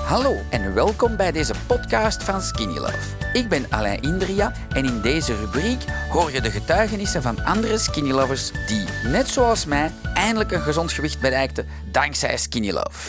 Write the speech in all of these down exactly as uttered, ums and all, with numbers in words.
Hallo en welkom bij deze podcast van Skinny Love. Ik ben Alain Indria en in deze rubriek hoor je de getuigenissen van andere Skinny Lovers die, net zoals mij, eindelijk een gezond gewicht bereikten dankzij Skinny Love.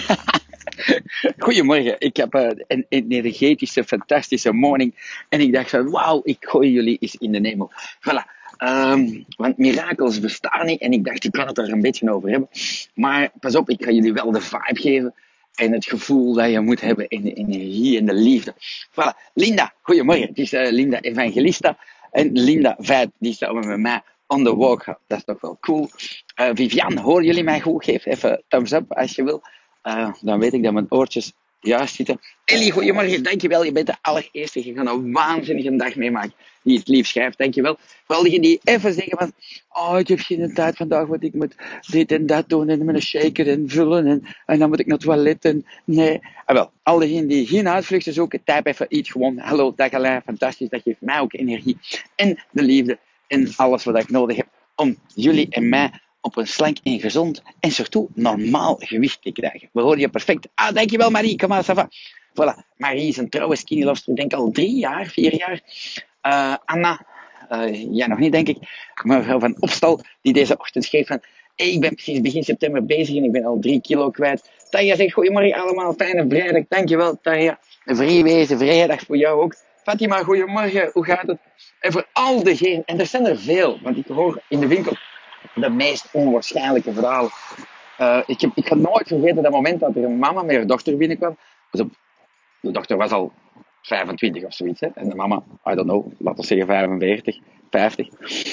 Goedemorgen, ik heb uh, een, een energetische, fantastische morning en ik dacht van wauw, ik gooi jullie eens in de hemel. Voilà. Um, want mirakels bestaan niet en ik dacht ik kan het er een beetje over hebben. Maar pas op, ik ga jullie wel de vibe geven en het gevoel dat je moet hebben in de energie en de liefde. Voilà, Linda, goedemorgen, het is uh, Linda Evangelista en Linda Veit, die samen met mij on the walk gaat. Dat is toch wel cool. Uh, Vivian, horen jullie mij goed? Geef even thumbs up als je wil. Uh, dan weet ik dat mijn oortjes juist zitten. Ellie, goedemorgen, dankjewel. Je bent de allereerste. Je gaat een waanzinnige dag meemaken die het lief schrijft. Dankjewel. Vooral diegenen die even zeggen van, oh, ik heb geen tijd vandaag, want ik moet dit en dat doen en met een shaker en vullen en, en dan moet ik naar het toilet en nee. Ah, wel, al diegenen die geen uitvluchten zoeken, type even iets gewoon. Hallo, dag Alain, fantastisch. Dat geeft mij ook energie en de liefde en alles wat ik nodig heb om jullie en mij op een slank en gezond en surtout normaal gewicht te krijgen. We horen je perfect. Ah, dankjewel Marie, kom maar, ça va. Voilà, Marie is een trouwe Skinny Lover, ik denk al drie jaar, vier jaar. Uh, Anna, uh, ja nog niet denk ik, mevrouw van Opstal, die deze ochtend schreef van, hey, ik ben precies begin september bezig en ik ben al drie kilo kwijt. Tanja zegt, goedemorgen allemaal, fijne vrijdag, dankjewel Tanja. Een vrijwezen vrijdag voor jou ook. Fatima, goedemorgen, hoe gaat het? En voor al diegenen, en er zijn er veel, want ik hoor in de winkel de meest onwaarschijnlijke verhalen. Uh, ik, heb, ik ga nooit vergeten dat moment dat er een mama met haar dochter binnenkwam. Dus op, de dochter was al vijfentwintig of zoiets. Hè? En de mama, I don't know, laten we zeggen vijfenveertig, vijftig.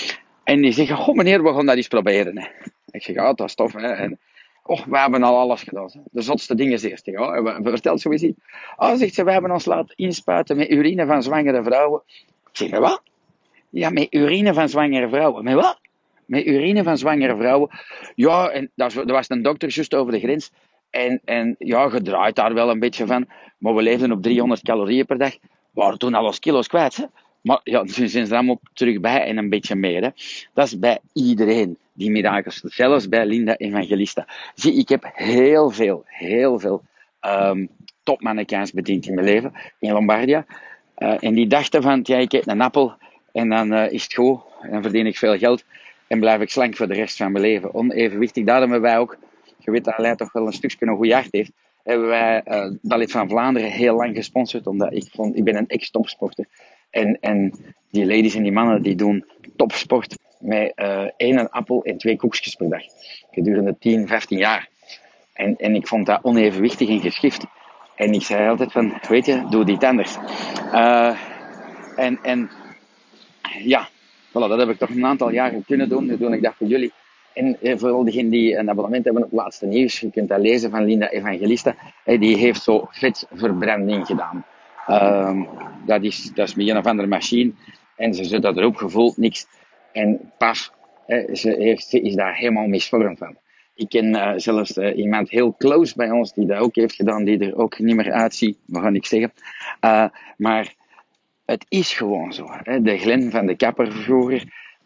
En die zegt, goh meneer, we gaan dat eens proberen. Hè. Ik zeg, ja, dat is tof. Hè. En, oh, we hebben al alles gedaan. Hè. De zotste dingen is eerst. Ja. We, we vertelt zoiets. Oh, zegt ze, we hebben ons laten inspuiten met urine van zwangere vrouwen. Ik zeg, met wat? Ja, met urine van zwangere vrouwen. Met wat? Met urine van zwangere vrouwen. Ja, en er was een dokter juist over de grens. En, en ja, je draait daar wel een beetje van. Maar we leefden op driehonderd calorieën per dag. We waren toen al ons kilo's kwijt. Hè? Maar ja, nu zijn ze er allemaal terug bij en een beetje meer. Hè? Dat is bij iedereen, die mirakels. Zelfs bij Linda Evangelista. Zie, ik heb heel veel, heel veel um, topmannekijns bediend in mijn leven. In Lombardia. Uh, en die dachten van, ja, ik eet een appel. En dan uh, is het goed. En dan verdien ik veel geld. En blijf ik slank voor de rest van mijn leven. Onevenwichtig. Daarom hebben wij ook, je weet dat Alain toch wel een stukje een goed hart heeft, hebben wij uh, Ballet van Vlaanderen heel lang gesponsord. Omdat ik vond, ik ben een ex-topsporter. En, en die ladies en die mannen die doen topsport met uh, één appel en twee koekjes per dag. Gedurende tien, vijftien jaar. En, en ik vond dat onevenwichtig en geschift. En ik zei altijd van, weet je, doe dit anders. Uh, en, en ja... Voilà, dat heb ik toch een aantal jaren kunnen doen. Nu doe ik dat voor jullie. En eh, vooral degenen die een abonnement hebben op Laatste Nieuws, je kunt dat lezen van Linda Evangelista, eh, die heeft zo vetverbranding gedaan. Um, dat, is, dat is met een of andere machine. En ze zit dat erop, gevoeld niks. En paf, eh, ze, heeft, ze is daar helemaal misvormd van. Ik ken uh, zelfs uh, iemand heel close bij ons die dat ook heeft gedaan, die er ook niet meer uitziet. We gaan niks zeggen. Uh, maar... Het is gewoon zo. Hè. De Glen van de Kapper vroeger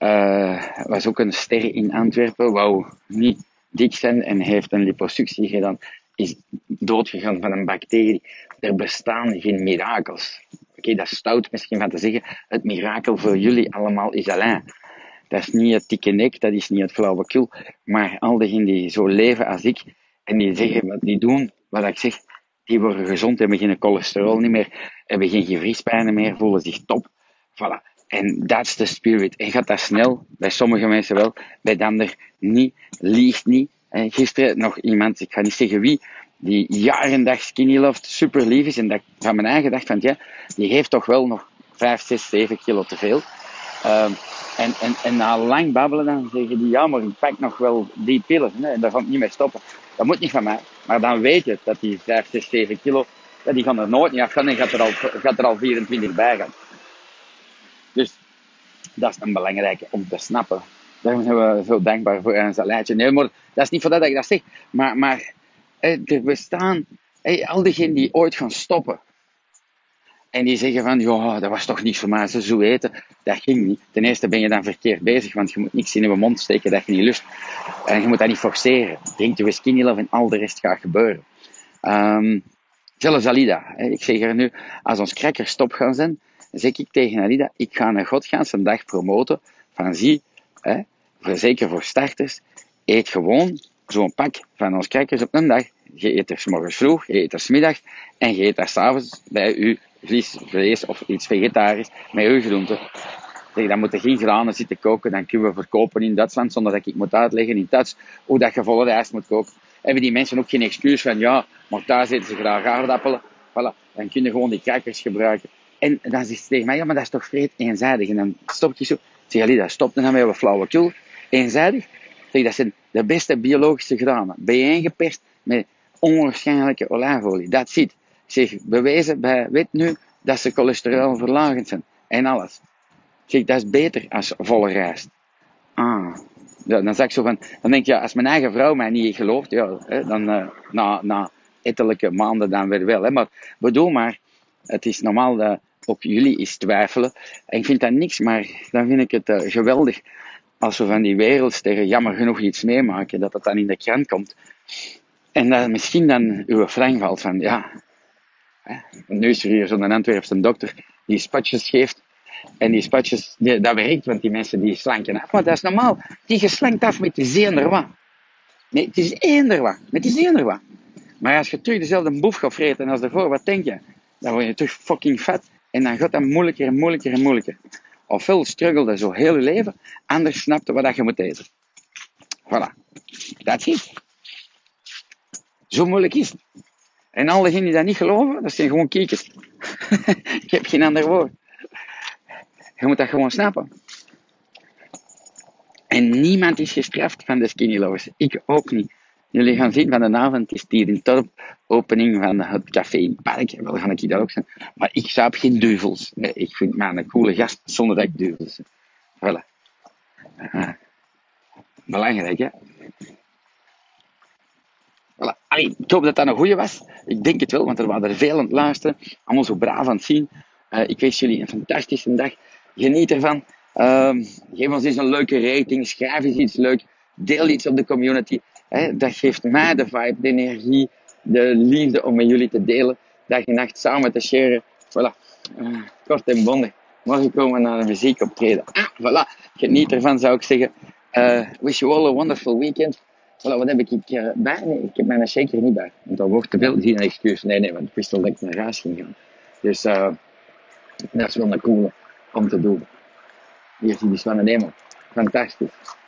uh, was ook een ster in Antwerpen. Wou niet dik zijn en heeft een liposuctie gedaan. Is doodgegaan van een bacterie. Er bestaan geen mirakels. Oké, okay, dat is stout misschien van te zeggen. Het mirakel voor jullie allemaal is Alain. Dat is niet het dikke nek, dat is niet het flauwekul. Maar al diegenen die zo leven als ik en die zeggen wat die doen, wat ik zeg, die worden gezond, hebben geen cholesterol niet meer, hebben geen gewrichtspijnen meer, voelen zich top. Voilà. En that's the spirit. En gaat dat snel, bij sommige mensen wel, bij de ander niet, liegt niet. En gisteren nog iemand, ik ga niet zeggen wie, die jaren en dag Skinny Loved, super lief is, en dat ik van mijn eigen dacht van, ja, die heeft toch wel nog vijf, zes, zeven kilo te veel. Um, en, en, en na lang babbelen dan zeggen die, ja, maar ik pak nog wel die pillen, hè, en daar ga ik niet mee stoppen. Dat moet niet van mij. Maar dan weet je dat die vijf, zes, zeven kilo, ja, die gaan er nooit niet afgaan en gaat er al, gaat er al vierentwintig bij gaan. Dus dat is een belangrijke om te snappen. Daarom zijn we zo dankbaar voor ons lijntje. Nee, maar dat is niet voor dat ik dat zeg. Maar, maar er bestaan hey, al diegenen die ooit gaan stoppen. En die zeggen van, ja, dat was toch niet voor mij, zo eten. Dat ging niet. Ten eerste ben je dan verkeerd bezig, want je moet niks in je mond steken dat je niet lust. En je moet dat niet forceren. Drink je Skinny Love en al de rest gaat gebeuren. Um, Zelfs Alida. Hè. Ik zeg er nu, als ons crackers stop gaan zijn, dan zeg ik tegen Alida, ik ga een godganse dag promoten van zie, hè, voor, zeker voor starters, eet gewoon zo'n pak van ons crackers op een dag. Je eet er 's morgens vroeg, je eet er 's middags en je eet er 's avonds bij je vlees, vlees of iets vegetarisch met je groenten. Zeg, dan moeten geen granen zitten koken, dan kunnen we verkopen in Duitsland zonder dat ik moet uitleggen in Duits hoe dat je volle rijst moet koken. Hebben die mensen ook geen excuus van ja, maar thuis eten ze graag aardappelen. Voilà, dan kun je gewoon die crackers gebruiken. En dan zegt ze tegen mij, ja, maar dat is toch vreed eenzijdig. En dan stopt hij zo. Zeg, Ali, dat stopt dan met een flauwekul. Eenzijdig. Zeg, dat zijn de beste biologische granen. Bijeengeperst met onwaarschijnlijke olijfolie. Dat zit. Zeg, bewezen bij, weet nu, dat ze cholesterolverlagend zijn. En alles. Zeg, dat is beter als volle rijst. Ah. Ja, dan zeg ik zo van, dan denk je, ja, als mijn eigen vrouw mij niet gelooft, ja, hè, dan uh, na, na ettelijke maanden dan weer wel. Hè. Maar bedoel maar, het is normaal dat ook jullie eens twijfelen. En ik vind dat niks, maar dan vind ik het uh, geweldig als we van die wereldsterren jammer genoeg iets meemaken, dat het dan in de krant komt. En dat misschien dan uw frank valt van, ja, hè, nu is er hier zo'n Antwerpse dokter die spatjes geeft. En die spatjes, die, dat werkt, want die mensen die slanken af. Maar dat is normaal. Die geslankt af met die zeender wat. Nee, het is eender wat. Met die zeender wat. Maar als je terug dezelfde boef gaat vreten als daarvoor, wat denk je? Dan word je terug fucking vet. En dan gaat dat moeilijker en moeilijker en moeilijker. Ofwel struggelde zo heel je leven, anders snapte wat je moet eten. Voilà. Dat is het. Zo moeilijk is het. En al diegenen die dat niet geloven, dat zijn gewoon kiekers. Ik heb geen ander woord. Je moet dat gewoon snappen. En niemand is gestraft van de Skinny Lovers. Ik ook niet. Jullie gaan zien van de avond is hier in Torp opening van het café in het park. Wel ga ik dat ook zijn. Maar ik zuip geen duivels. Nee, ik vind mij een coole gast zonder dat ik duivels heb. Voilà. Uh, belangrijk, hè? Voilà. Allee, ik hoop dat dat een goeie was. Ik denk het wel, want er waren er veel aan het luisteren. Allemaal zo braaf aan het zien. Uh, ik wens jullie een fantastische dag. Geniet ervan. Um, geef ons eens een leuke rating. Schrijf eens iets leuk. Deel iets op de community. He, dat geeft mij de vibe, de energie, de liefde om met jullie te delen. Dag en nacht samen te sharen. Voilà. Uh, kort en bondig. Morgen komen we naar een muziek optreden. Ah, voilà. Geniet ervan, zou ik zeggen. Uh, wish you all a wonderful weekend. Voilà, wat heb ik uh, bij? Nee, ik heb mijn shaker niet bij. Want dat wordt te veel. Zie een excuus. Nee, nee, want ik wist al dat ik naar huis ging gaan. Dus uh, dat is wel een coole om te doen. Hier zie je van een hemel. Fantastisch.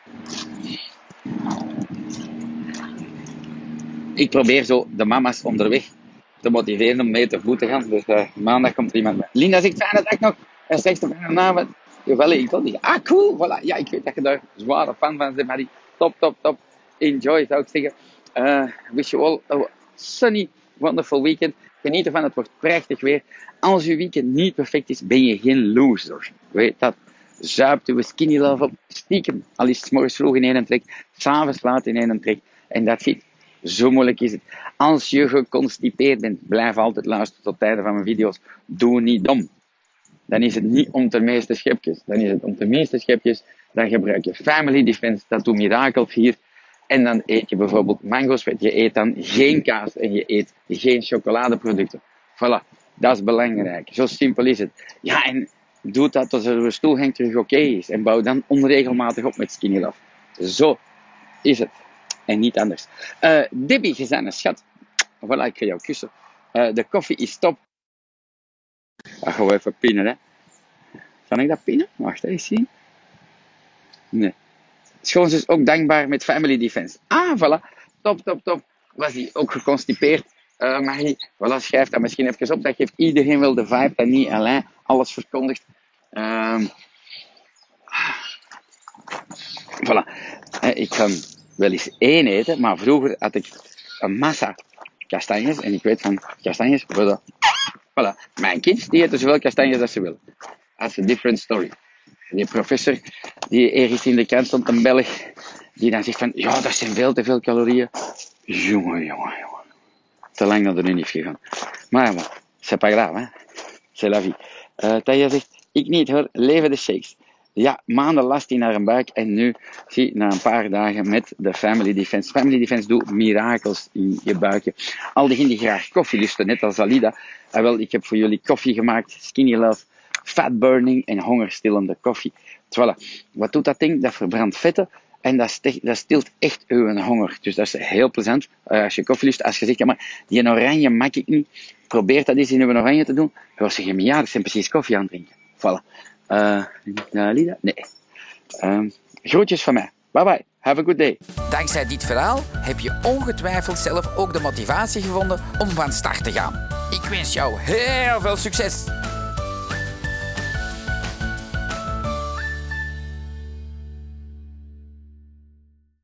Ik probeer zo de mama's onderweg te motiveren om mee te voet te gaan. Dus uh, maandag komt er iemand bij. Linda zegt, fijne dag nog. En zegt ze bijna avond. Jawel, ik wil niet. Ah, cool. Voilà. Ja, ik weet dat je daar zware fan van bent, Marie. Top, top, top. Enjoy, zou ik zeggen. Uh, wish you all a sunny, wonderful weekend. Geniet ervan, het wordt prachtig weer. Als uw weekend niet perfect is, ben je geen loser. Weet dat. Zuipt uw Skinny Love op. Stiekem. Al is het 's morgens vroeg in één trek. 's avonds laat in één trek. En dat zit. Zo moeilijk is het. Als je geconstipeerd bent, blijf altijd luisteren tot het einde van mijn video's. Doe niet dom. Dan is het niet om de meeste schepjes. Dan is het om de meeste schepjes. Dan gebruik je Family Defense. Dat doet Miracle vier. En dan eet je bijvoorbeeld mango's. Je eet dan geen kaas en je eet geen chocoladeproducten. Voilà. Dat is belangrijk. Zo simpel is het. Ja, en doe dat tot er een stoelgang terug oké okay is. En bouw dan onregelmatig op met Skinny Love. Zo is het. En niet anders. Uh, Debbie, je bent een schat. Voilà, ik ga jou kussen. Uh, de koffie is top. Dat gaan we even pinnen, hè. Kan ik dat pinnen? Wacht, eens zien. Nee. Schoon is ook dankbaar met Family Defense. Ah, voilà. Top, top, top. Was hij ook geconstipeerd? Uh, Marie, voilà, schrijf dat misschien even op. Dat geeft iedereen wel de vibe dat niet Alain alles verkondigt. Uh, voilà. Uh, ik kan wel eens één eten, maar vroeger had ik een massa kastanjes. En ik weet van kastanjes, voilà. Voilà. Mijn kids, die eten zoveel kastanjes als ze willen. That's a different story. Die professor, die ergens in de krant stond, een Belg, die dan zegt van, ja, dat zijn veel te veel calorieën. Jongen, jongen, jongen. Te lang dat er nu niet gegaan. Maar, maar, c'est pas grave, hè. C'est la vie. Uh, Taya zegt, ik niet hoor, leven de shakes. Ja, maanden last in haar buik en nu, zie, na een paar dagen met de Family Defense. Family Defense doet mirakels in je buikje. Al diegenen die graag koffie lusten, net als Alida. Ah, wel, ik heb voor jullie koffie gemaakt, Skinny Love, fat burning en hongerstillende koffie. Voilà. Wat doet dat ding? Dat verbrandt vetten en dat, stilt, dat stilt echt uw honger. Dus dat is heel plezant. Uh, als je koffie lust, als je zegt, ja, maar die oranje mag ik niet. Probeer dat eens in uw oranje te doen. Dan zeg je, ja, dat zijn precies koffie aan het drinken. Voilà. Uh, Alida? Nee. Uh, groetjes van mij. Bye bye. Have a good day. Dankzij dit verhaal heb je ongetwijfeld zelf ook de motivatie gevonden om van start te gaan. Ik wens jou heel veel succes.